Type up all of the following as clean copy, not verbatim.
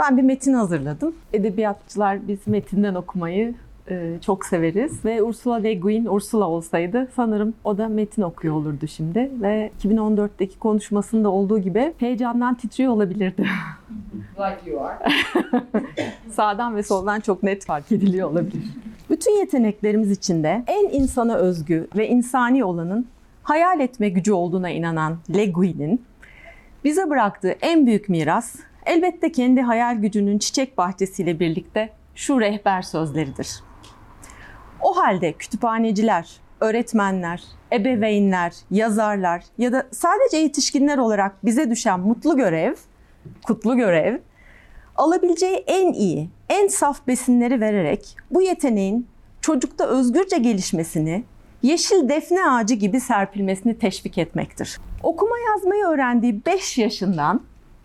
Ben bir metin hazırladım. Edebiyatçılar biz metinden okumayı çok severiz. Ve Ursula Le Guin, Ursula olsaydı sanırım o da metin okuyor olurdu şimdi. Ve 2014'teki konuşmasında olduğu gibi heyecandan titriyor olabilirdi. Like you are. Sağdan ve soldan çok net fark ediliyor olabilir. Bütün yeteneklerimiz içinde en insana özgü ve insani olanın hayal etme gücü olduğuna inanan Le Guin'in bize bıraktığı en büyük miras elbette kendi hayal gücünün çiçek bahçesiyle birlikte şu rehber sözleridir. O halde kütüphaneciler, öğretmenler, ebeveynler, yazarlar ya da sadece yetişkinler olarak bize düşen kutlu görev, alabileceği en iyi, en saf besinleri vererek bu yeteneğin çocukta özgürce gelişmesini, yeşil defne ağacı gibi serpilmesini teşvik etmektir. Okuma yazmayı öğrendiği 5 yaşından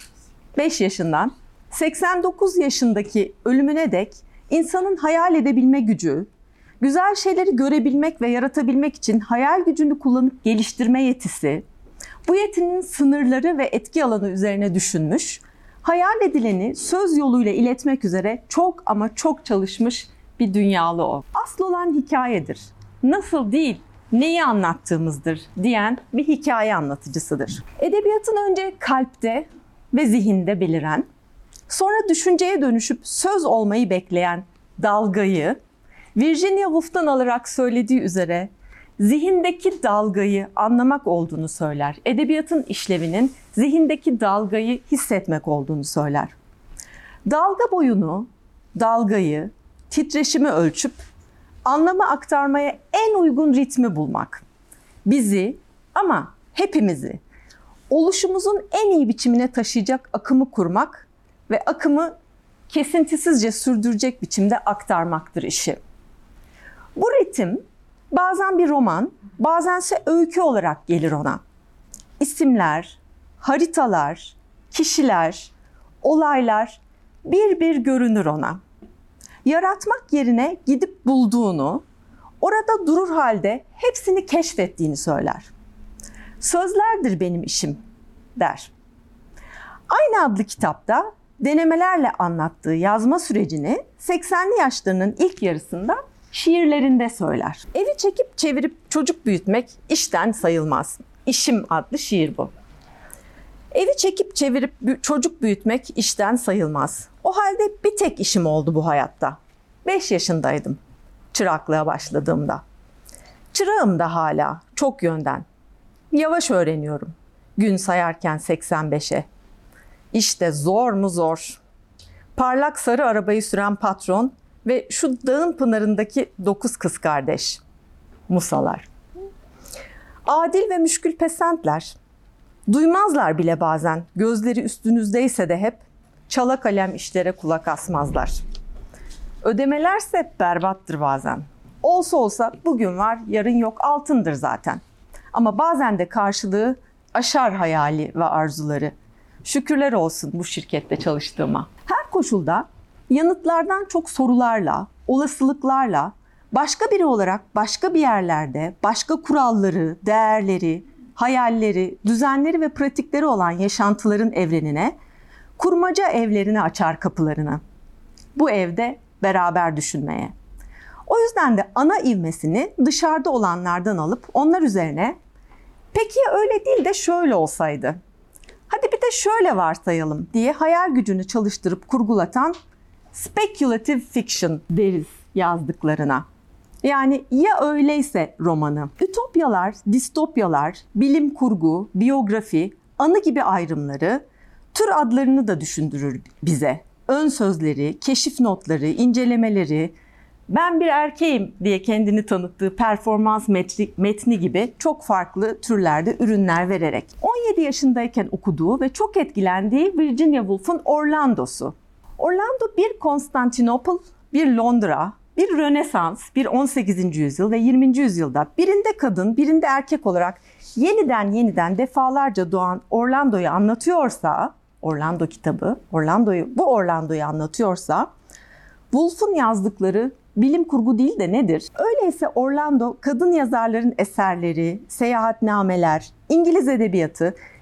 89 yaşındaki ölümüne dek insanın hayal edebilme gücü, güzel şeyleri görebilmek ve yaratabilmek için hayal gücünü kullanıp geliştirme yetisi, bu yetinin sınırları ve etki alanı üzerine düşünmüş, hayal edileni söz yoluyla iletmek üzere çok ama çok çalışmış bir dünyalı o. Asıl olan hikayedir. Nasıl değil, neyi anlattığımızdır diyen bir hikaye anlatıcısıdır. Edebiyatın önce kalpte ve zihinde beliren, sonra düşünceye dönüşüp söz olmayı bekleyen dalgayı, Virginia Woolf'tan alarak söylediği üzere zihindeki dalgayı anlamak olduğunu söyler. Edebiyatın işlevinin zihindeki dalgayı hissetmek olduğunu söyler. Dalga boyunu, dalgayı, titreşimi ölçüp anlamı aktarmaya en uygun ritmi bulmak. Bizi ama hepimizi oluşumuzun en iyi biçimine taşıyacak akımı kurmak ve akımı kesintisizce sürdürecek biçimde aktarmaktır işi. Bu ritim bazen bir roman, bazense öykü olarak gelir ona. İsimler, haritalar, kişiler, olaylar bir bir görünür ona. Yaratmak yerine gidip bulduğunu, orada durur halde hepsini keşfettiğini söyler. Sözlerdir benim işim, der. Aynı adlı kitapta denemelerle anlattığı yazma sürecini 80'li yaşlarının ilk yarısında şiirlerinde söyler. Evi çekip çevirip çocuk büyütmek işten sayılmaz. İşim adlı şiir bu. Evi çekip çevirip çocuk büyütmek işten sayılmaz. O halde bir tek işim oldu bu hayatta. 5 yaşındaydım çıraklığa başladığımda. Çırağım da hala çok yönden. Yavaş öğreniyorum. Gün sayarken 85'e. İşte zor mu zor. Parlak sarı arabayı süren patron ve şu dağın pınarındaki 9 kız kardeş. Musalar. Adil ve müşkül pesentler. Duymazlar bile bazen. Gözleri üstünüzdeyse de hep çala kalem işlere kulak asmazlar. Ödemelerse berbattır bazen. Olsa olsa bugün var, yarın yok, altındır zaten. Ama bazen de karşılığı aşar hayali ve arzuları. Şükürler olsun bu şirkette çalıştığıma. Her koşulda yanıtlardan çok sorularla, olasılıklarla, başka biri olarak başka bir yerlerde, başka kuralları, değerleri, hayalleri, düzenleri ve pratikleri olan yaşantıların evrenine, kurmaca evlerine açar kapılarını. Bu evde beraber düşünmeye. O yüzden de ana ivmesini dışarıda olanlardan alıp onlar üzerine peki öyle değil de şöyle olsaydı, hadi bir de şöyle varsayalım diye hayal gücünü çalıştırıp kurgulatan speculative fiction deriz yazdıklarına. Yani ya öyleyse romanı. Ütopyalar, distopyalar, bilim kurgu, biyografi, anı gibi ayrımları, tür adlarını da düşündürür bize. Ön sözleri, keşif notları, incelemeleri, ben bir erkeğim diye kendini tanıttığı performans metni gibi çok farklı türlerde ürünler vererek. 17 yaşındayken okuduğu ve çok etkilendiği Virginia Woolf'un Orlando'su. Orlando bir Konstantinopol, bir Londra, bir Rönesans, bir 18. yüzyıl ve 20. yüzyılda birinde kadın, birinde erkek olarak yeniden defalarca doğan Orlando'yu anlatıyorsa, Orlando kitabı, bu Orlando'yu anlatıyorsa, Woolf'un yazdıkları bilim kurgu değil de nedir? Öyleyse Orlando, kadın yazarların eserleri, seyahatnameler, İngiliz edebiyatı,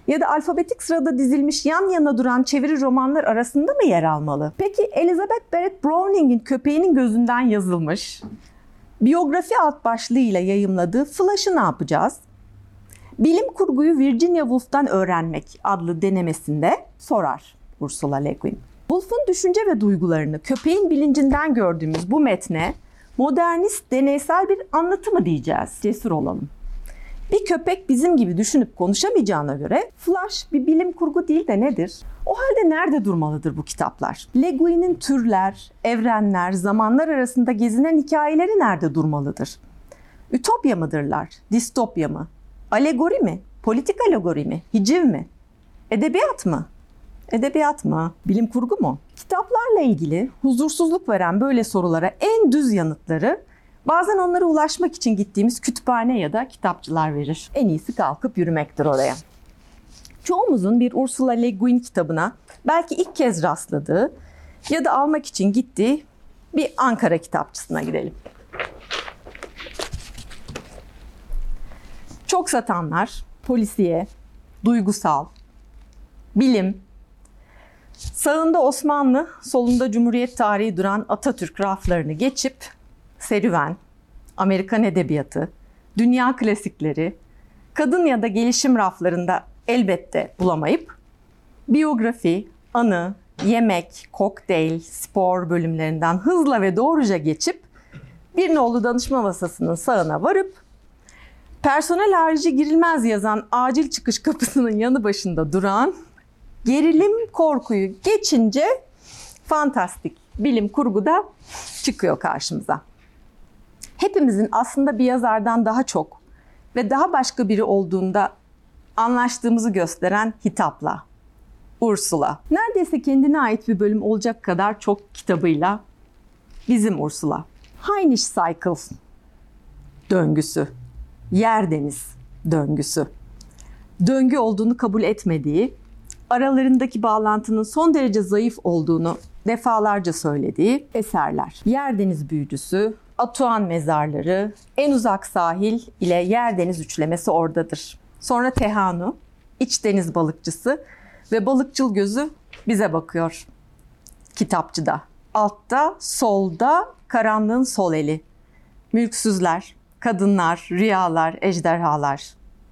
Ya da alfabetik sırada dizilmiş yan yana duran çeviri romanlar arasında mı yer almalı? Peki Elizabeth Barrett Browning'in Köpeğinin Gözünden yazılmış biyografi alt başlığıyla yayımladığı Flash'ı ne yapacağız? Bilim kurguyu Virginia Woolf'tan öğrenmek adlı denemesinde sorar Ursula Le Guin. Woolf'un düşünce ve duygularını köpeğin bilincinden gördüğümüz bu metne modernist deneysel bir anlatı mı diyeceğiz? Cesur olalım. Bir köpek bizim gibi düşünüp konuşamayacağına göre Flash bir bilim kurgu değil de nedir? O halde nerede durmalıdır bu kitaplar? Le Guin'in türler, evrenler, zamanlar arasında gezinen hikayeleri nerede durmalıdır? Ütopya mıdırlar? Distopya mı? Alegori mi? Politik alegori mi? Hiciv mi? Edebiyat mı? Edebiyat mı? Bilim kurgu mu? Kitaplarla ilgili huzursuzluk veren böyle sorulara en düz yanıtları bazen onlara ulaşmak için gittiğimiz kütüphane ya da kitapçılar verir. En iyisi kalkıp yürümektir oraya. Çoğumuzun bir Ursula Le Guin kitabına belki ilk kez rastladığı ya da almak için gittiği bir Ankara kitapçısına gidelim. Çok satanlar, polisiye, duygusal, bilim, sağında Osmanlı, solunda Cumhuriyet tarihi duran Atatürk raflarını geçip serüven, Amerikan edebiyatı, dünya klasikleri, kadın ya da gelişim raflarında elbette bulamayıp biyografi, anı, yemek, kokteyl, spor bölümlerinden hızla ve doğruca geçip bir nolu danışma masasının sağına varıp personel harici girilmez yazan acil çıkış kapısının yanı başında duran gerilim korkuyu geçince fantastik bilim kurguda çıkıyor karşımıza. Hepimizin aslında bir yazardan daha çok ve daha başka biri olduğunda anlaştığımızı gösteren hitapla. Ursula. Neredeyse kendine ait bir bölüm olacak kadar çok kitabıyla bizim Ursula. Hainish Cycle döngüsü, yer deniz döngüsü. Döngü olduğunu kabul etmediği, aralarındaki bağlantının son derece zayıf olduğunu defalarca söylediği eserler. Yer deniz büyücüsü, Atuan mezarları, en uzak sahil ile yer deniz üçlemesi oradadır. Sonra Tehanu, iç deniz balıkçısı ve balıkçıl gözü bize bakıyor. Kitapçıda. Altta, solda karanlığın sol eli. Mülksüzler, kadınlar, rüyalar, ejderhalar.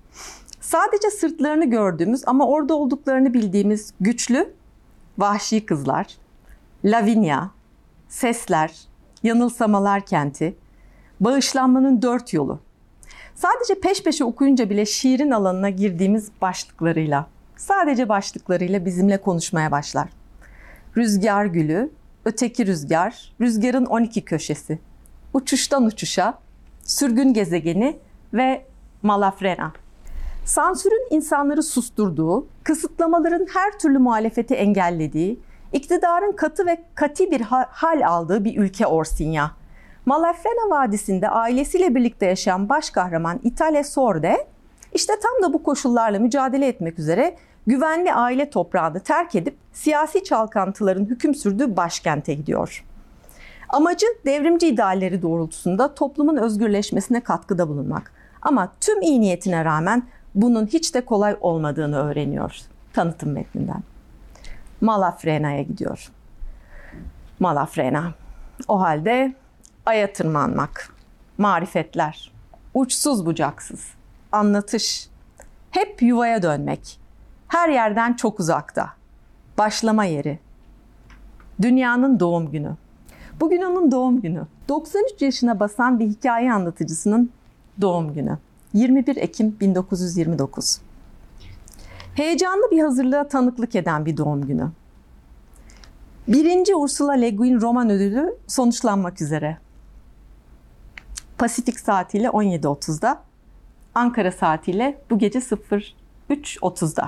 Sadece sırtlarını gördüğümüz ama orada olduklarını bildiğimiz güçlü, vahşi kızlar, Lavinia, sesler, yanılsamalar kenti, bağışlanmanın 4 yolu. Sadece peş peşe okuyunca bile şiirin alanına girdiğimiz başlıklarıyla, sadece başlıklarıyla bizimle konuşmaya başlar. Rüzgar gülü, öteki rüzgar, rüzgarın 12 köşesi, uçuştan uçuşa, sürgün gezegeni ve Malafrena. Sansürün insanları susturduğu, kısıtlamaların her türlü muhalefeti engellediği, iktidarın katı ve kati bir hal aldığı bir ülke Orsinya. Malafrena Vadisi'nde ailesiyle birlikte yaşayan baş kahraman Itale Sorde, işte tam da bu koşullarla mücadele etmek üzere güvenli aile toprağını terk edip siyasi çalkantıların hüküm sürdüğü başkente gidiyor. Amacı devrimci idealleri doğrultusunda toplumun özgürleşmesine katkıda bulunmak. Ama tüm iyi niyetine rağmen bunun hiç de kolay olmadığını öğreniyor tanıtım metninden. Malafrena'ya gidiyor. Malafrena. O halde aya tırmanmak, marifetler, uçsuz bucaksız, anlatış, hep yuvaya dönmek, her yerden çok uzakta, başlama yeri, dünyanın doğum günü. Bugün onun doğum günü. 93 yaşına basan bir hikaye anlatıcısının doğum günü. 21 Ekim 1929. Heyecanlı bir hazırlığa tanıklık eden bir doğum günü. 1. Ursula Le Guin roman ödülü sonuçlanmak üzere. Pasifik saatiyle 17.30'da, Ankara saatiyle bu gece 03.30'da.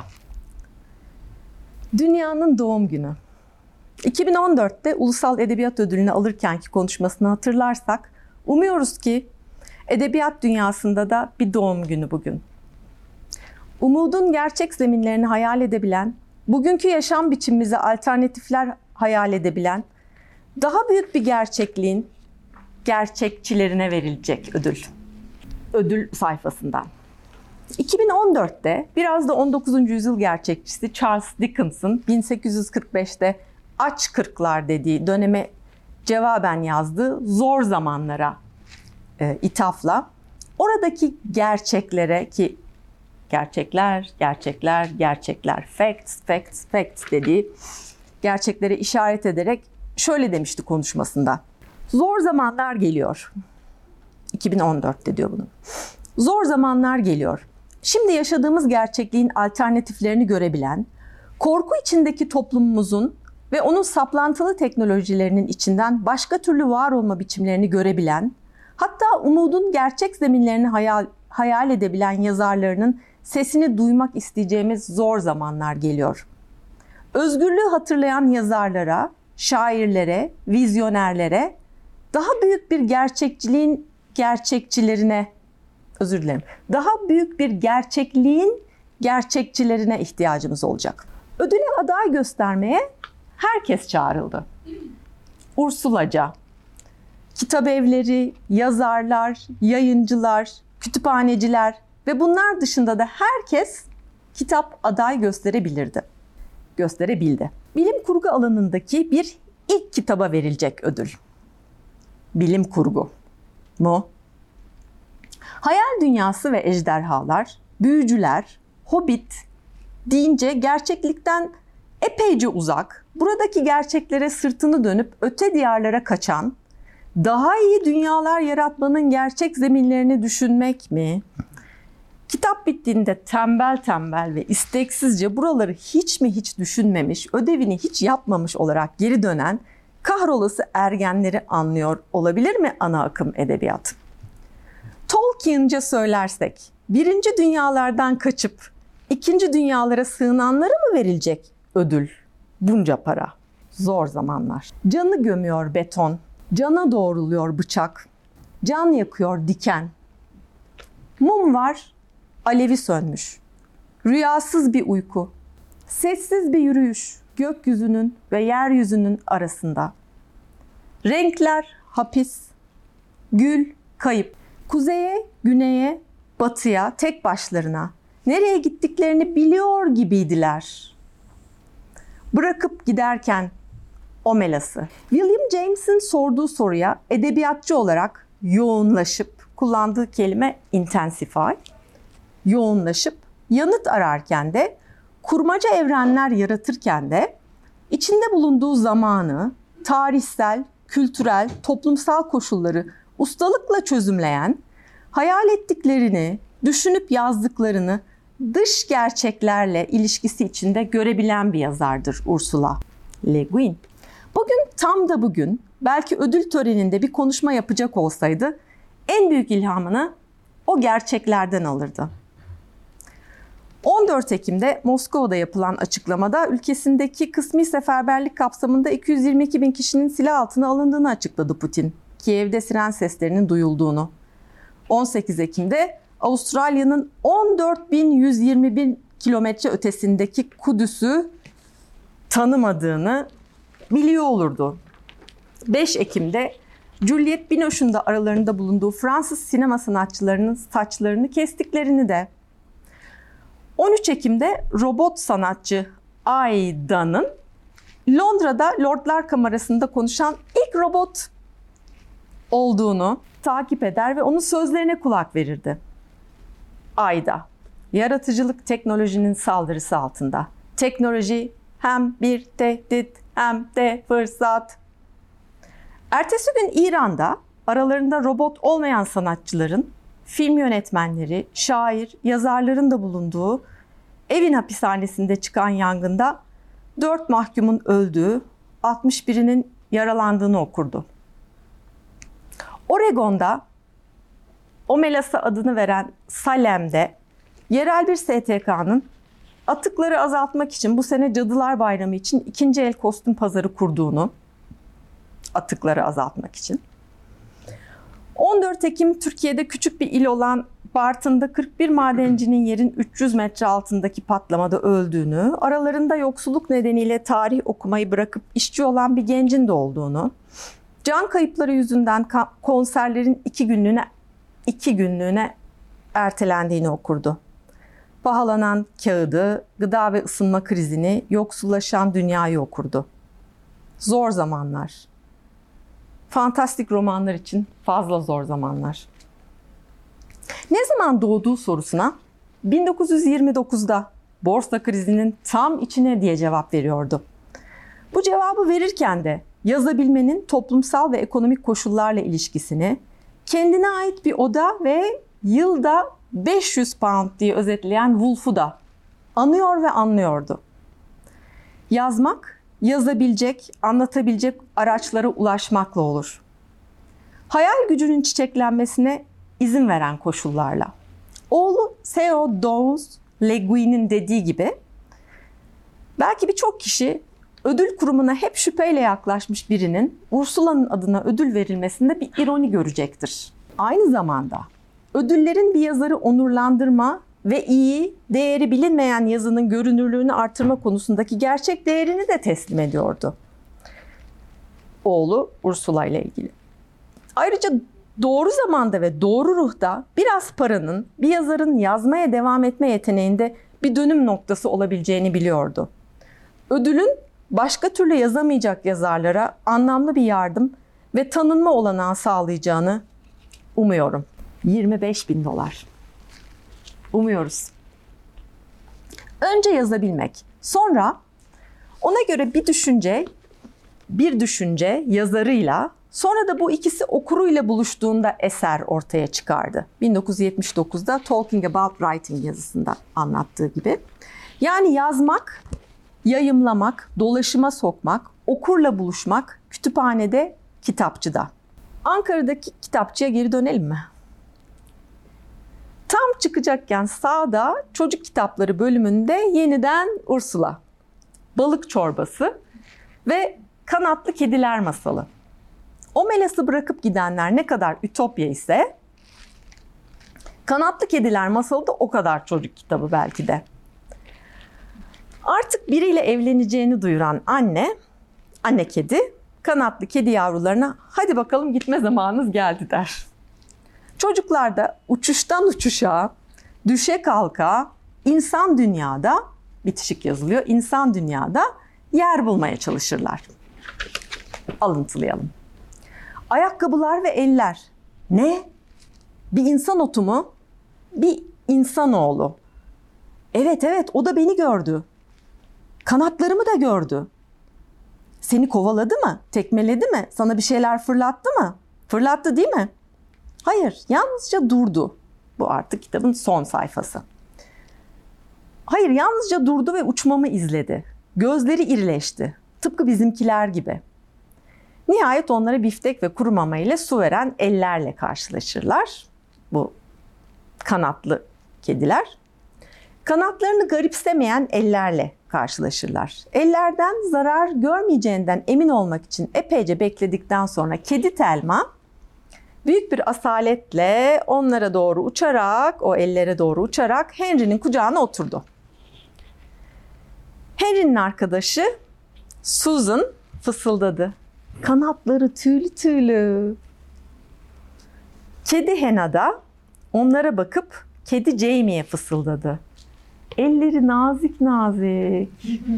Dünyanın doğum günü. 2014'te Ulusal Edebiyat Ödülünü alırkenki konuşmasını hatırlarsak, umuyoruz ki edebiyat dünyasında da bir doğum günü bugün. Umudun gerçek zeminlerini hayal edebilen, bugünkü yaşam biçimimize alternatifler hayal edebilen, daha büyük bir gerçekliğin gerçekçilerine verilecek ödül. Ödül sayfasından. 2014'te biraz da 19. yüzyıl gerçekçisi Charles Dickens'ın 1845'te Aç Kırklar dediği döneme cevaben yazdığı Zor Zamanlara ithafla oradaki gerçeklere, ki gerçekler, facts dediği gerçeklere işaret ederek şöyle demişti konuşmasında. Zor zamanlar geliyor. 2014'te diyor bunu. Zor zamanlar geliyor. Şimdi yaşadığımız gerçekliğin alternatiflerini görebilen, korku içindeki toplumumuzun ve onun saplantılı teknolojilerinin içinden başka türlü var olma biçimlerini görebilen, hatta umudun gerçek zeminlerini hayal edebilen yazarlarının sesini duymak isteyeceğimiz zor zamanlar geliyor. Özgürlüğü hatırlayan yazarlara, şairlere, vizyonerlere, daha büyük bir daha büyük bir gerçekliğin gerçekçilerine ihtiyacımız olacak. Ödüle aday göstermeye herkes çağrıldı. Ursulaca, kitabevleri, yazarlar, yayıncılar, kütüphaneciler ve bunlar dışında da herkes kitap aday gösterebildi. Bilim kurgu alanındaki bir ilk kitaba verilecek ödül. Bilim kurgu mu? Hayal dünyası ve ejderhalar, büyücüler, hobbit deyince gerçeklikten epeyce uzak, buradaki gerçeklere sırtını dönüp öte diyarlara kaçan, daha iyi dünyalar yaratmanın gerçek zeminlerini düşünmek mi? Kitap bittiğinde tembel ve isteksizce buraları hiç düşünmemiş, ödevini hiç yapmamış olarak geri dönen kahrolası ergenleri anlıyor olabilir mi ana akım edebiyat? Tolkien'ce söylersek, birinci dünyalardan kaçıp ikinci dünyalara sığınanlara mı verilecek ödül? Bunca para. Zor zamanlar. Canı gömüyor beton, cana doğruluyor bıçak, can yakıyor diken. Mum var, alevi sönmüş. Rüyasız bir uyku, sessiz bir yürüyüş gökyüzünün ve yeryüzünün arasında. Renkler hapis, gül kayıp. Kuzeye, güneye, batıya, tek başlarına nereye gittiklerini biliyor gibiydiler. Bırakıp giderken o melası. William James'in sorduğu soruya edebiyatçı olarak yoğunlaşıp, kullandığı kelime intensify, yoğunlaşıp yanıt ararken de, kurmaca evrenler yaratırken de içinde bulunduğu zamanı, tarihsel, kültürel, toplumsal koşulları ustalıkla çözümleyen, hayal ettiklerini, düşünüp yazdıklarını dış gerçeklerle ilişkisi içinde görebilen bir yazardır Ursula Le Guin. Tam da bugün belki ödül töreninde bir konuşma yapacak olsaydı en büyük ilhamını o gerçeklerden alırdı. 14 Ekim'de Moskova'da yapılan açıklamada ülkesindeki kısmi seferberlik kapsamında 222 bin kişinin silah altına alındığını açıkladı Putin. Kiev'de siren seslerinin duyulduğunu. 18 Ekim'de Avustralya'nın 14.121 kilometre ötesindeki Kudüs'ü tanımadığını biliyor olurdu. 5 Ekim'de Juliette Binoche'un da aralarında bulunduğu Fransız sinema sanatçılarının saçlarını kestiklerini de, 13 Ekim'de robot sanatçı Aida'nın Londra'da Lordlar Kamerası'nda konuşan ilk robot olduğunu takip eder ve onun sözlerine kulak verirdi. Aida, yaratıcılık teknolojinin saldırısı altında. Teknoloji hem bir tehdit hem de fırsat. Ertesi gün İran'da aralarında robot olmayan sanatçıların, film yönetmenleri, şair, yazarların da bulunduğu Evin hapishanesinde çıkan yangında 4 mahkumun öldüğü, 61'inin yaralandığını okurdu. Oregon'da Omelas'a adını veren Salem'de yerel bir STK'nın atıkları azaltmak için bu sene Cadılar Bayramı için ikinci el kostüm pazarı kurduğunu, atıkları azaltmak için. 14 Ekim Türkiye'de küçük bir il olan Bartın'da 41 madencinin yerin 300 metre altındaki patlamada öldüğünü, aralarında yoksulluk nedeniyle tarih okumayı bırakıp işçi olan bir gencin de olduğunu, can kayıpları yüzünden konserlerin 2 günlüğüne ertelendiğini okurdu. Pahalanan kağıdı, gıda ve ısınma krizini, yoksullaşan dünyayı okurdu. Zor zamanlar. Fantastik romanlar için fazla zor zamanlar. Ne zaman doğduğu sorusuna 1929'da borsa krizinin tam içine diye cevap veriyordu. Bu cevabı verirken de yazabilmenin toplumsal ve ekonomik koşullarla ilişkisini, kendine ait bir oda ve yılda 500 pound diye özetleyen Woolf'u da anıyor ve anlıyordu. Yazmak, yazabilecek, anlatabilecek araçlara ulaşmakla olur. Hayal gücünün çiçeklenmesine izin veren koşullarla. Oğlu Theo Downes LeGuin'in dediği gibi, belki birçok kişi ödül kurumuna hep şüpheyle yaklaşmış birinin Ursula'nın adına ödül verilmesinde bir ironi görecektir. Aynı zamanda ödüllerin bir yazarı onurlandırma ve iyi, değeri bilinmeyen yazının görünürlüğünü artırma konusundaki gerçek değerini de teslim ediyordu. Oğlu Ursula ile ilgili. Ayrıca doğru zamanda ve doğru ruhta biraz paranın bir yazarın yazmaya devam etme yeteneğinde bir dönüm noktası olabileceğini biliyordu. Ödülün başka türlü yazamayacak yazarlara anlamlı bir yardım ve tanınma olanağı sağlayacağını umuyorum. $25.000. Umuyoruz. Önce yazabilmek, sonra ona göre bir düşünce yazarıyla, sonra da bu ikisi okuruyla buluştuğunda eser ortaya çıkardı. 1979'da Talking About Writing yazısında anlattığı gibi. Yani yazmak, yayımlamak, dolaşıma sokmak, okurla buluşmak, kütüphanede, kitapçıda. Ankara'daki kitapçıya geri dönelim mi? Tam çıkacakken sağda çocuk kitapları bölümünde yeniden Ursula, balık çorbası ve kanatlı kediler masalı. O melası bırakıp gidenler ne kadar ütopya ise, kanatlı kediler masalı da o kadar çocuk kitabı belki de. Artık biriyle evleneceğini duyuran anne kedi, kanatlı kedi yavrularına hadi bakalım gitme zamanınız geldi der. Çocuklar da uçuştan uçuşa, düşe kalka, insan dünyada, bitişik yazılıyor, insan dünyada yer bulmaya çalışırlar. Alıntılayalım. Ayakkabılar ve eller. Ne? Bir insan otu mu? Bir insanoğlu. Evet, o da beni gördü. Kanatlarımı da gördü. Seni kovaladı mı? Tekmeledi mi? Sana bir şeyler fırlattı mı? Fırlattı değil mi? Hayır, yalnızca durdu. Bu artık kitabın son sayfası. Hayır, yalnızca durdu ve uçmamı izledi. Gözleri irileşti. Tıpkı bizimkiler gibi. Nihayet onlara biftek ve kuru mama ile su veren ellerle karşılaşırlar. Bu kanatlı kediler. Kanatlarını garipsemeyen ellerle karşılaşırlar. Ellerden zarar görmeyeceğinden emin olmak için epeyce bekledikten sonra kedi Telma büyük bir asaletle onlara doğru uçarak, o ellere doğru uçarak Henry'nin kucağına oturdu. Henry'nin arkadaşı Susan fısıldadı. Kanatları tüylü tüylü. Kedi Hena da onlara bakıp kedi Jamie'ye fısıldadı. Elleri nazik nazik.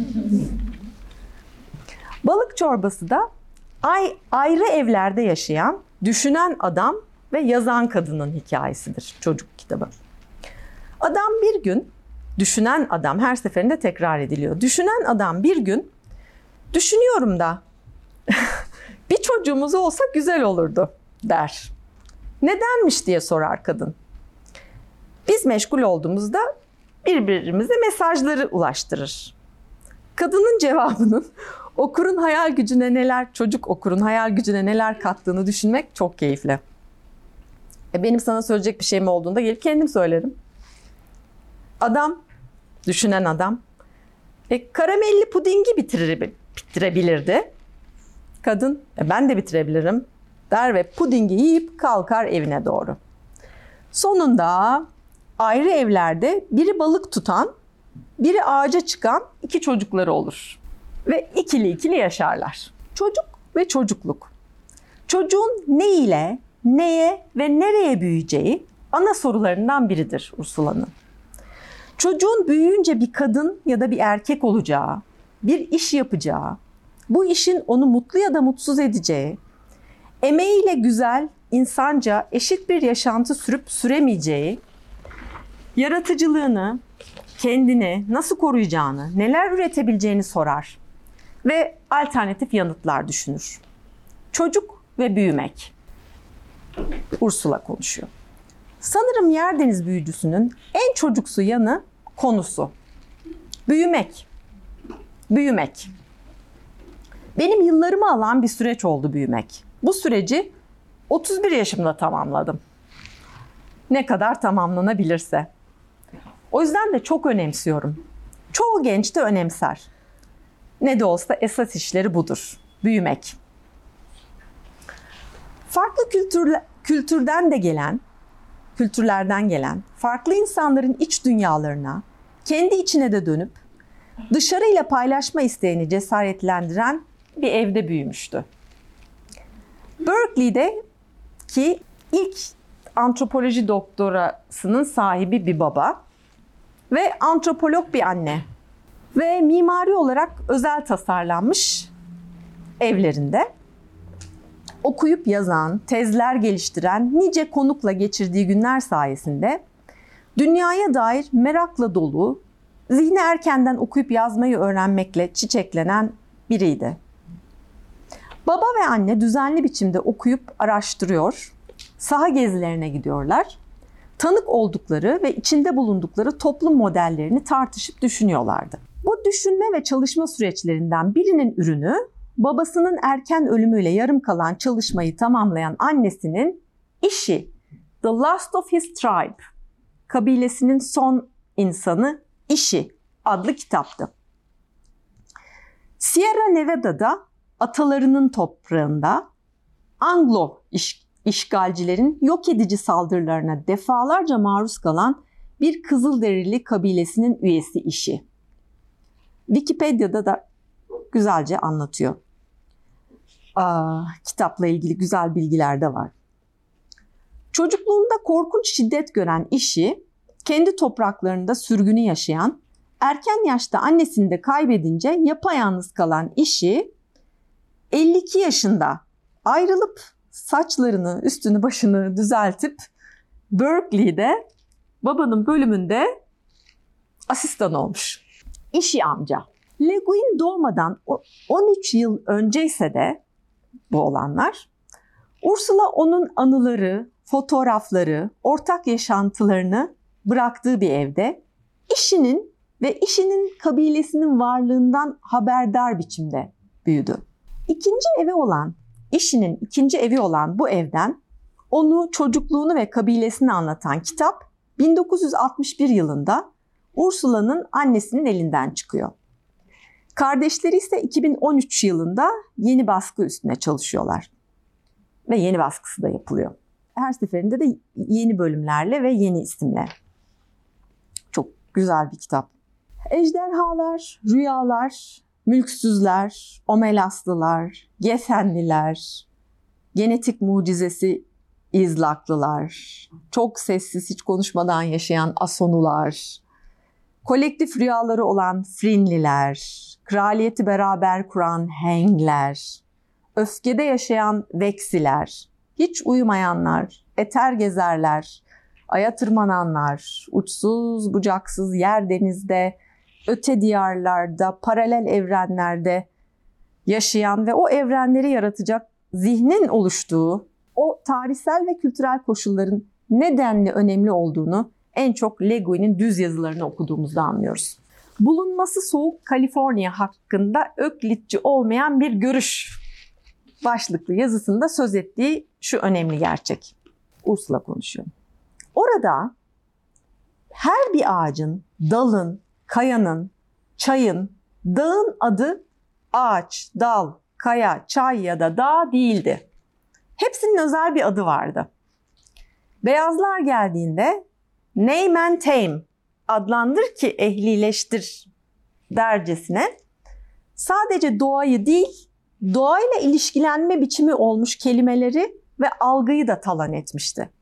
Balık çorbası da ayrı evlerde yaşayan, düşünen adam ve yazan kadının hikayesidir, çocuk kitabı. Adam bir gün, düşünen adam her seferinde tekrar ediliyor. Düşünen adam bir gün, düşünüyorum da bir çocuğumuz olsa güzel olurdu der. Nedenmiş diye sorar kadın. Biz meşgul olduğumuzda birbirimize mesajları ulaştırır. Kadının cevabının okurun hayal gücüne neler, çocuk okurun hayal gücüne neler kattığını düşünmek çok keyifli. Benim sana söyleyecek bir şeyim olduğunda gelip kendim söylerim. Adam, düşünen adam, karamelli pudingi bitirebilirdi. Kadın, ben de bitirebilirim der ve pudingi yiyip kalkar evine doğru. Sonunda ayrı evlerde biri balık tutan, biri ağaca çıkan iki çocukları olur. Ve ikili yaşarlar. Çocuk ve çocukluk. Çocuğun ne ile, neye ve nereye büyüyeceği ana sorularından biridir Ursula'nın. Çocuğun büyüyünce bir kadın ya da bir erkek olacağı, bir iş yapacağı, bu işin onu mutlu ya da mutsuz edeceği, emeğiyle güzel, insanca eşit bir yaşantı sürüp süremeyeceği, yaratıcılığını, kendini nasıl koruyacağını, neler üretebileceğini sorar ve alternatif yanıtlar düşünür. Çocuk ve büyümek. Ursula konuşuyor. Sanırım Yerdeniz büyücüsünün en çocuksu yanı konusu. Büyümek. Büyümek. Benim yıllarımı alan bir süreç oldu büyümek. Bu süreci 31 yaşımda tamamladım. Ne kadar tamamlanabilirse. O yüzden de çok önemsiyorum. Çoğu genç de önemser. Ne de olsa esas işleri budur. Büyümek. Farklı kültürlerden gelen farklı insanların iç dünyalarına, kendi içine de dönüp dışarıyla paylaşma isteğini cesaretlendiren bir evde büyümüştü. Berkeley'de ki ilk antropoloji doktorasının sahibi bir baba ve antropolog bir anne ve mimari olarak özel tasarlanmış evlerinde okuyup yazan, tezler geliştiren nice konukla geçirdiği günler sayesinde dünyaya dair merakla dolu, zihni erkenden okuyup yazmayı öğrenmekle çiçeklenen biriydi. Baba ve anne düzenli biçimde okuyup araştırıyor, saha gezilerine gidiyorlar, tanık oldukları ve içinde bulundukları toplum modellerini tartışıp düşünüyorlardı. Bu düşünme ve çalışma süreçlerinden birinin ürünü, babasının erken ölümüyle yarım kalan çalışmayı tamamlayan annesinin işi, The Last of His Tribe, kabilesinin son insanı işi adlı kitaptı. Sierra Nevada'da atalarının toprağında Anglo işgalcilerin yok edici saldırılarına defalarca maruz kalan bir Kızılderili kabilesinin üyesi işi. Wikipedia'da da güzelce anlatıyor. Kitapla ilgili güzel bilgiler de var. Çocukluğunda korkunç şiddet gören işi, kendi topraklarında sürgünü yaşayan, erken yaşta annesini de kaybedince yapayalnız kalan işi, 52 yaşında ayrılıp saçlarını, üstünü başını düzeltip Berkeley'de babanın bölümünde asistan olmuş. İşi amca. Le Guin doğmadan 13 yıl önceyse de bu olanlar, Ursula onun anıları, fotoğrafları, ortak yaşantılarını bıraktığı bir evde işinin ve işinin kabilesinin varlığından haberdar biçimde büyüdü. İşinin ikinci evi olan bu evden onu, çocukluğunu ve kabilesini anlatan kitap 1961 yılında Ursula'nın annesinin elinden çıkıyor. Kardeşleri ise 2013 yılında yeni baskı üstüne çalışıyorlar. Ve yeni baskısı da yapılıyor. Her seferinde de yeni bölümlerle ve yeni isimle. Çok güzel bir kitap. Ejderhalar, rüyalar, mülksüzler, omelaslılar, gefenliler, genetik mucizesi izlaklılar, çok sessiz hiç konuşmadan yaşayan asonular, kolektif rüyaları olan Frinliler, kraliyeti beraber kuran Hengler, öfkede yaşayan Veksiler, hiç uyumayanlar, eter gezerler, aya tırmananlar, uçsuz bucaksız yer denizde, öte diyarlarda, paralel evrenlerde yaşayan ve o evrenleri yaratacak zihnin oluştuğu o tarihsel ve kültürel koşulların nedenli önemli olduğunu en çok Le Guin'in düz yazılarını okuduğumuzda anlıyoruz. Bulunması soğuk Kaliforniya hakkında öklitçi olmayan bir görüş başlıklı yazısında söz ettiği şu önemli gerçek. Ursula konuşuyor. Orada her bir ağacın, dalın, kayanın, çayın, dağın adı ağaç, dal, kaya, çay ya da dağ değildi. Hepsinin özel bir adı vardı. Beyazlar geldiğinde name and tame, adlandır ki ehlileştir dercesine sadece doğayı değil, doğayla ilişkilenme biçimi olmuş kelimeleri ve algıyı da talan etmişti.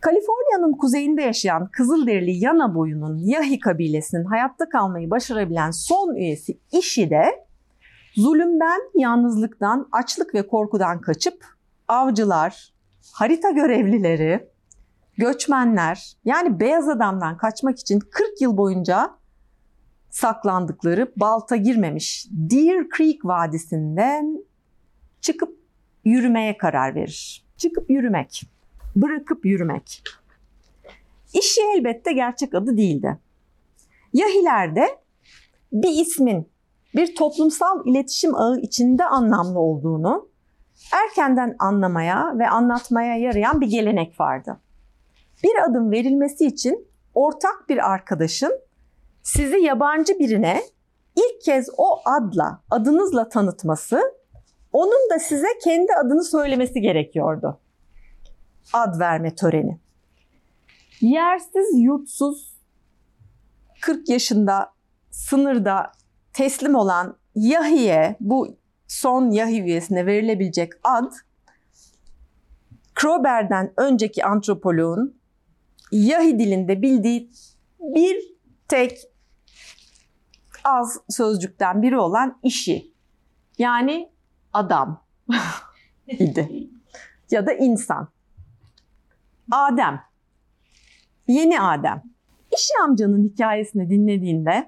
Kaliforniya'nın kuzeyinde yaşayan Kızılderili Yana boyunun Yahi kabilesinin hayatta kalmayı başarabilen son üyesi Ishi de zulümden, yalnızlıktan, açlık ve korkudan kaçıp avcılar, harita görevlileri, göçmenler, yani beyaz adamdan kaçmak için 40 yıl boyunca saklandıkları balta girmemiş Deer Creek Vadisi'nden çıkıp yürümeye karar verir. Çıkıp yürümek, bırakıp yürümek. Ishi elbette gerçek adı değildi. Yahilerde bir ismin bir toplumsal iletişim ağı içinde anlamlı olduğunu erkenden anlamaya ve anlatmaya yarayan bir gelenek vardı. Bir adım verilmesi için ortak bir arkadaşın sizi yabancı birine ilk kez o adınızla tanıtması, onun da size kendi adını söylemesi gerekiyordu. Ad verme töreni. Yersiz, yurtsuz, 40 yaşında sınırda teslim olan Yahi'ye, bu son Yahi üyesine verilebilecek ad, Kroeber'den önceki antropoloğun Yahi dilinde bildiği bir tek az sözcükten biri olan Ishi, yani adam idi ya da insan. Adem, yeni Adem. Ishi amcanın hikayesini dinlediğinde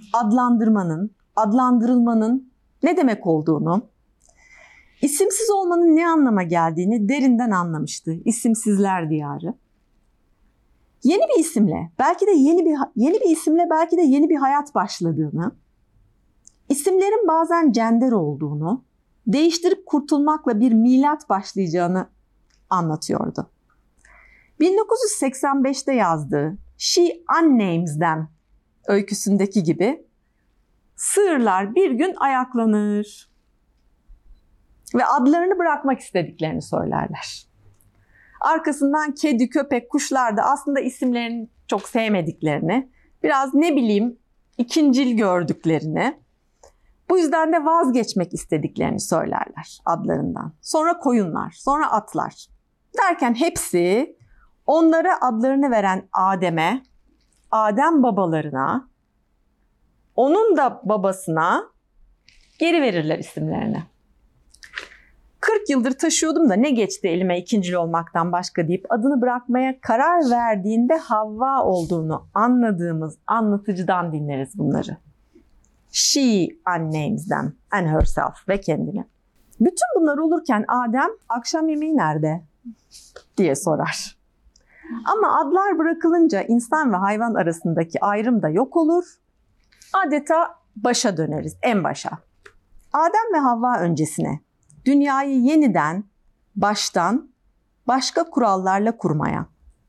adlandırılmanın ne demek olduğunu, isimsiz olmanın ne anlama geldiğini derinden anlamıştı. İsimsizler diyarı. Yeni bir isimle, belki de yeni bir hayat başladığını, isimlerin bazen cender olduğunu, değiştirip kurtulmakla bir milat başlayacağını anlatıyordu. 1985'te yazdığı She Unnames Them öyküsündeki gibi sığırlar bir gün ayaklanır ve adlarını bırakmak istediklerini söylerler. Arkasından kedi, köpek, kuşlar da aslında isimlerini çok sevmediklerini, biraz ikincil gördüklerini, bu yüzden de vazgeçmek istediklerini söylerler adlarından. Sonra koyunlar, sonra atlar. Derken hepsi onlara adlarını veren Adem'e, Adem babalarına, onun da babasına geri verirler isimlerini. 40 yıldır taşıyordum da ne geçti elime ikincil olmaktan başka deyip adını bırakmaya karar verdiğinde Havva olduğunu anladığımız anlatıcıdan dinleriz bunları. She unnames them and herself ve kendini. Bütün bunlar olurken Adem akşam yemeği nerede diye sorar. Ama adlar bırakılınca insan ve hayvan arasındaki ayrım da yok olur. Adeta başa döneriz, en başa. Adem ve Havva öncesine, dünyayı yeniden, baştan, başka kurallarla kurmaya.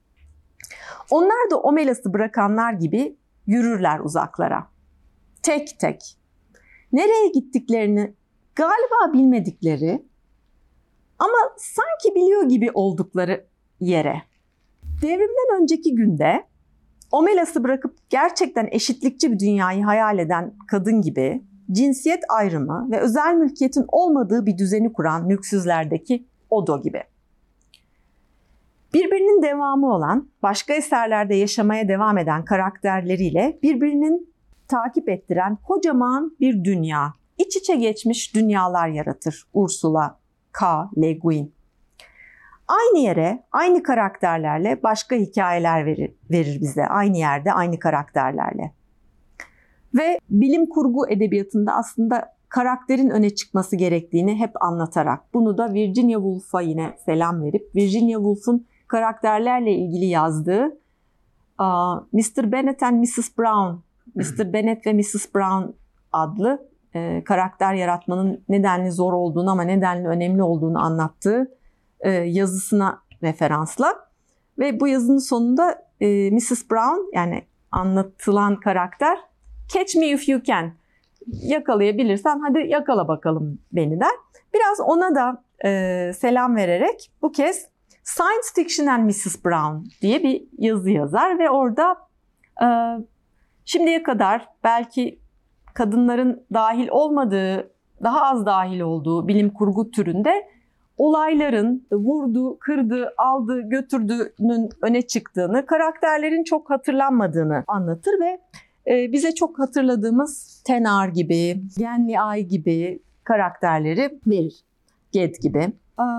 Onlar da Omelas'ı bırakanlar gibi yürürler uzaklara. Tek tek. Nereye gittiklerini galiba bilmedikleri ama sanki biliyor gibi oldukları yere. Devrimden önceki günde Omelas'ı bırakıp gerçekten eşitlikçi bir dünyayı hayal eden kadın gibi cinsiyet ayrımı ve özel mülkiyetin olmadığı bir düzeni kuran mülksüzlerdeki Odo gibi. Birbirinin devamı olan, başka eserlerde yaşamaya devam eden karakterleriyle birbirinin takip ettiren kocaman bir dünya, iç içe geçmiş dünyalar yaratır Ursula K. Le Guin. Aynı yere, aynı karakterlerle başka hikayeler verir bize. Aynı yerde, aynı karakterlerle. Ve bilim kurgu edebiyatında aslında karakterin öne çıkması gerektiğini hep anlatarak, bunu da Virginia Woolf'a yine selam verip, Virginia Woolf'un karakterlerle ilgili yazdığı Mr. Bennet and Mrs. Brown, Mr. Bennet ve Mrs. Brown adlı karakter yaratmanın nedenli zor olduğunu ama nedenli önemli olduğunu anlattığı yazısına referansla. Ve bu yazının sonunda Mrs. Brown, yani anlatılan karakter, "Catch me if you can." Yakalayabilirsen hadi yakala bakalım beni der. Biraz ona da selam vererek bu kez Science Fiction and Mrs. Brown diye bir yazı yazar ve orada şimdiye kadar belki kadınların dahil olmadığı, daha az dahil olduğu bilim kurgu türünde olayların vurdu, kırdı, aldı, götürdüğünün öne çıktığını, karakterlerin çok hatırlanmadığını anlatır ve bize çok hatırladığımız Tenar gibi, Genli Ay gibi karakterleri verir. Ged gibi.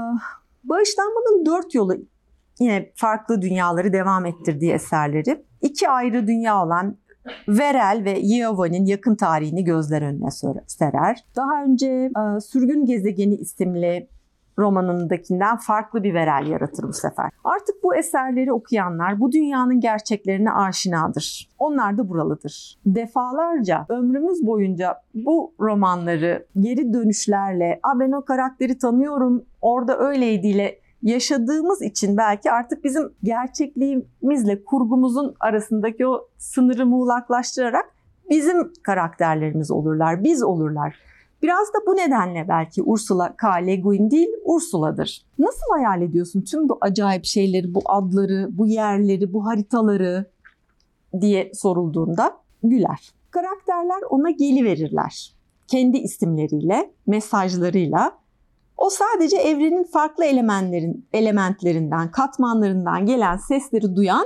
Bağışlanmanın 4 yolu, yine farklı dünyaları devam ettirdiği eserleri, 2 ayrı dünya olan Verel ve Yeova'nın yakın tarihini gözler önüne serer. Daha önce Sürgün Gezegeni isimli romanındakinden farklı bir Verel yaratır bu sefer. Artık bu eserleri okuyanlar bu dünyanın gerçeklerine aşinadır. Onlar da buralıdır. Defalarca ömrümüz boyunca bu romanları geri dönüşlerle ben o karakteri tanıyorum, orada öyleydiyle yaşadığımız için belki artık bizim gerçekliğimizle kurgumuzun arasındaki o sınırı muğlaklaştırarak bizim karakterlerimiz olurlar, biz olurlar. Biraz da bu nedenle belki Ursula K. Le Guin değil, Ursula'dır. Nasıl hayal ediyorsun tüm bu acayip şeyleri, bu adları, bu yerleri, bu haritaları diye sorulduğunda güler. Karakterler ona geliverirler. Kendi isimleriyle, mesajlarıyla. O sadece evrenin farklı elementlerinden, katmanlarından gelen sesleri duyan,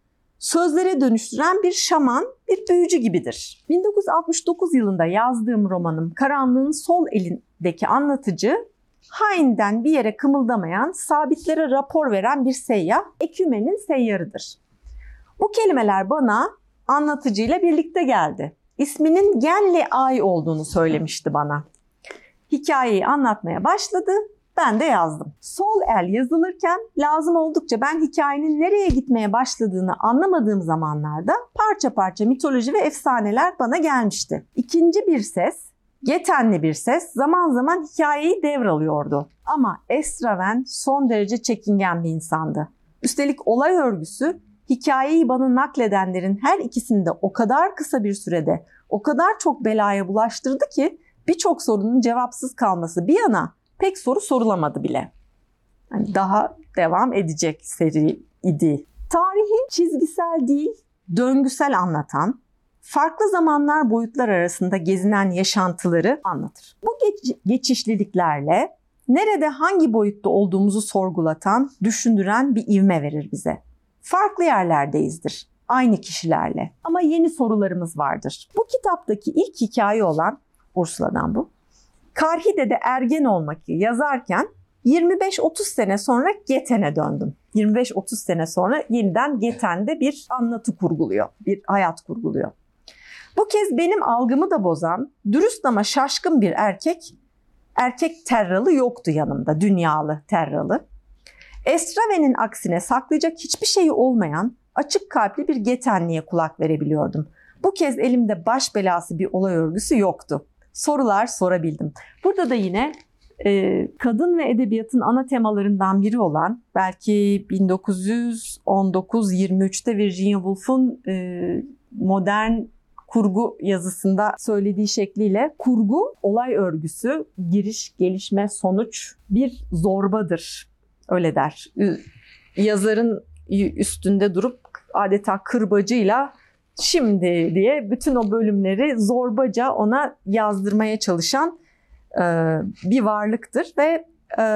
sözlere dönüştüren bir şaman, bir büyücü gibidir. 1969 yılında yazdığım romanım Karanlığın Sol Elindeki anlatıcı, hainden bir yere kımıldamayan, sabitlere rapor veren bir seyyah, ekümenin seyyarıdır. Bu kelimeler bana anlatıcıyla birlikte geldi. İsminin Genli Ay olduğunu söylemişti bana. Hikayeyi anlatmaya başladı, ben de yazdım. Sol el yazılırken lazım oldukça ben hikayenin nereye gitmeye başladığını anlamadığım zamanlarda parça parça mitoloji ve efsaneler bana gelmişti. İkinci bir ses, Getenli bir ses zaman zaman hikayeyi devralıyordu. Ama Estraven son derece çekingen bir insandı. Üstelik olay örgüsü hikayeyi bana nakledenlerin her ikisini de o kadar kısa bir sürede o kadar çok belaya bulaştırdı ki birçok sorunun cevapsız kalması bir yana pek soru sorulamadı bile. Yani daha devam edecek seri idi. Tarihi çizgisel değil, döngüsel anlatan, farklı zamanlar boyutlar arasında gezinen yaşantıları anlatır. Bu geçişliliklerle nerede hangi boyutta olduğumuzu sorgulatan, düşündüren bir ivme verir bize. Farklı yerlerdeyizdir, aynı kişilerle ama yeni sorularımız vardır. Bu kitaptaki ilk hikaye olan Ursula'dan bu. Karhide'de ergen olmak yazarken 25-30 sene sonra Geten'e döndüm. 25-30 sene sonra yeniden Geten'de bir anlatı kurguluyor, bir hayat kurguluyor. Bu kez benim algımı da bozan, dürüst ama şaşkın bir erkek terralı yoktu yanımda, dünyalı terralı. Estraven'in aksine saklayacak hiçbir şeyi olmayan, açık kalpli bir Getenli'ye kulak verebiliyordum. Bu kez elimde baş belası bir olay örgüsü yoktu. Sorular sorabildim. Burada da yine kadın ve edebiyatın ana temalarından biri olan, belki 1919-23'te Virginia Woolf'un modern kurgu yazısında söylediği şekliyle kurgu, olay örgüsü, giriş, gelişme, sonuç bir zorbadır. Öyle der. Yazarın üstünde durup adeta kırbacıyla şimdi diye bütün o bölümleri zorbaca ona yazdırmaya çalışan bir varlıktır. Ve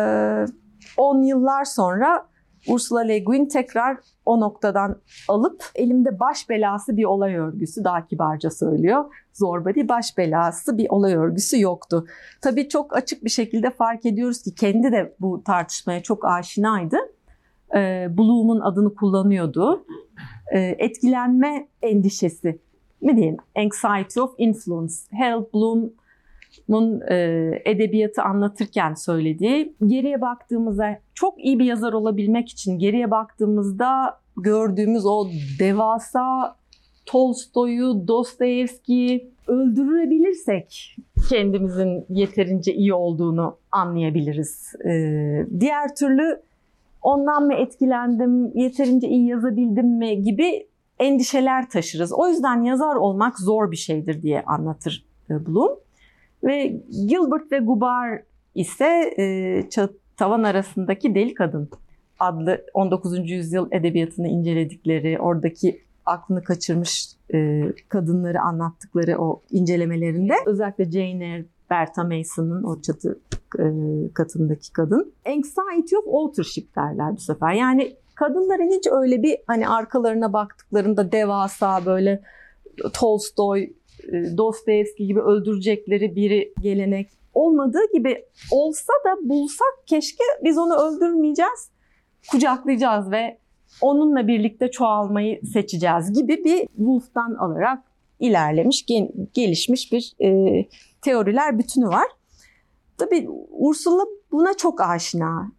10 yıllar sonra Ursula Le Guin tekrar o noktadan alıp elimde baş belası bir olay örgüsü, daha kibarca söylüyor. Zorba değil, baş belası bir olay örgüsü yoktu. Tabii çok açık bir şekilde fark ediyoruz ki kendi de bu tartışmaya çok aşinaydı. Bloom'un adını kullanıyordu. Etkilenme endişesi mi diyeyim? Anxiety of influence. Harold Bloom'un edebiyatı anlatırken söylediği, geriye baktığımızda çok iyi bir yazar olabilmek için geriye baktığımızda gördüğümüz o devasa Tolstoy'u, Dostoyevski'yi öldürebilirsek kendimizin yeterince iyi olduğunu anlayabiliriz. Diğer türlü ondan mı etkilendim, yeterince iyi yazabildim mi gibi endişeler taşırız. O yüzden yazar olmak zor bir şeydir diye anlatır Bloom. Ve Gilbert ve Gubar ise Tavan Arasındaki Deli Kadın adlı 19. yüzyıl edebiyatını inceledikleri, oradaki aklını kaçırmış kadınları anlattıkları o incelemelerinde özellikle Jane Eyre, Bertha Mason'ın o çatı katındaki kadın. Anxiety of authorship derler bu sefer. Yani kadınların hiç öyle bir hani arkalarına baktıklarında devasa böyle Tolstoy, Dostoyevski gibi öldürecekleri biri gelenek olmadığı gibi olsa da bulsak keşke biz onu öldürmeyeceğiz, kucaklayacağız ve onunla birlikte çoğalmayı seçeceğiz gibi bir Woolf'tan alarak ilerlemiş, gelişmiş bir teoriler bütünü var. Tabii Ursula buna çok aşina.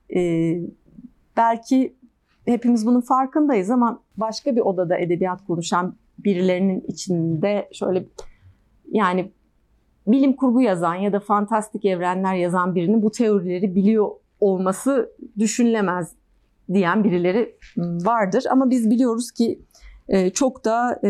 Belki hepimiz bunun farkındayız ama başka bir odada edebiyat konuşan birilerinin içinde şöyle yani bilim kurgu yazan ya da fantastik evrenler yazan birinin bu teorileri biliyor olması düşünülemez diyen birileri vardır. Ama biz biliyoruz ki çok da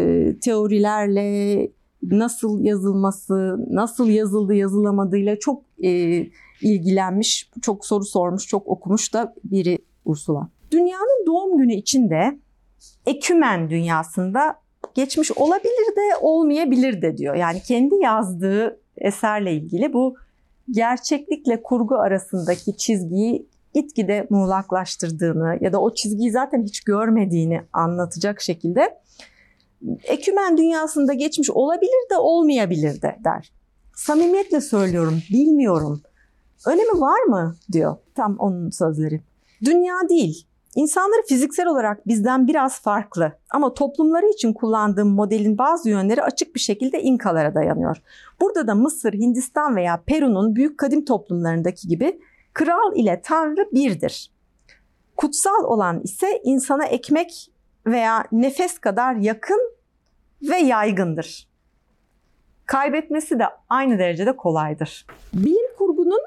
teorilerle nasıl yazılması, nasıl yazıldı yazılamadığıyla çok ilgilenmiş, çok soru sormuş, çok okumuş da biri Ursula. Dünyanın doğum günü içinde ekümen dünyasında geçmiş olabilir de olmayabilir de diyor. Yani kendi yazdığı eserle ilgili bu gerçeklikle kurgu arasındaki çizgiyi gitgide muğlaklaştırdığını ya da o çizgiyi zaten hiç görmediğini anlatacak şekilde ekümen dünyasında geçmiş olabilir de olmayabilir de der. Samimiyetle söylüyorum, bilmiyorum. Önemi var mı diyor. Tam onun sözleri. Dünya değil. İnsanları fiziksel olarak bizden biraz farklı ama toplumları için kullandığım modelin bazı yönleri açık bir şekilde İnkalara dayanıyor. Burada da Mısır, Hindistan veya Peru'nun büyük kadim toplumlarındaki gibi kral ile tanrı birdir. Kutsal olan ise insana ekmek veya nefes kadar yakın ve yaygındır. Kaybetmesi de aynı derecede kolaydır. Bilim kurgunun,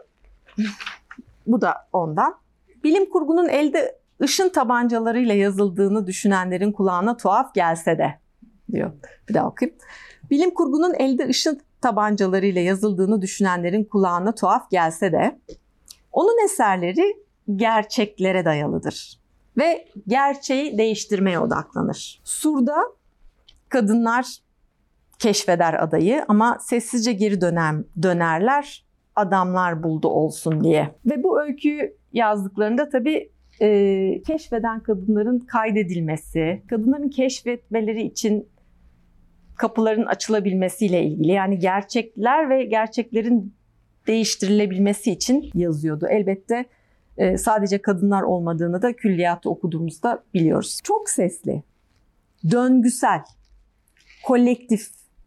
bu da ondan, bilim kurgunun elde ışın tabancalarıyla yazıldığını düşünenlerin kulağına tuhaf gelse de diyor. Bir daha okuyayım. Bilim kurgunun elde ışın tabancalarıyla yazıldığını düşünenlerin kulağına tuhaf gelse de onun eserleri gerçeklere dayalıdır ve gerçeği değiştirmeye odaklanır. Sur'da kadınlar keşfeder adayı ama sessizce geri dönerler adamlar buldu olsun diye. Ve bu öyküyü yazdıklarında tabii keşfeden kadınların kaydedilmesi, kadınların keşfetmeleri için kapıların açılabilmesiyle ilgili, yani gerçekler ve gerçeklerin değiştirilebilmesi için yazıyordu. Elbette sadece kadınlar olmadığını da külliyatı okuduğumuzda biliyoruz. Çok sesli, döngüsel, kolektif,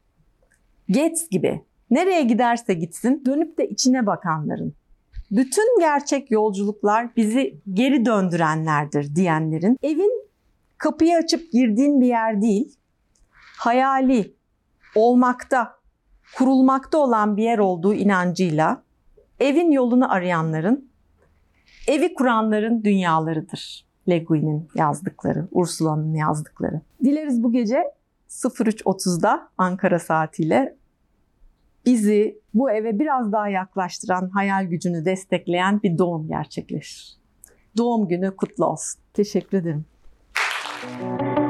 Gates gibi nereye giderse gitsin dönüp de içine bakanların, bütün gerçek yolculuklar bizi geri döndürenlerdir diyenlerin, evin kapıyı açıp girdiğin bir yer değil, hayali, olmakta, kurulmakta olan bir yer olduğu inancıyla evin yolunu arayanların, evi kuranların dünyalarıdır. Le Guin'in yazdıkları, Ursula'nın yazdıkları. Dileriz bu gece 03.30'da Ankara saatiyle bizi bu eve biraz daha yaklaştıran, hayal gücünü destekleyen bir doğum gerçekleşir. Doğum günü kutlu olsun. Teşekkür ederim.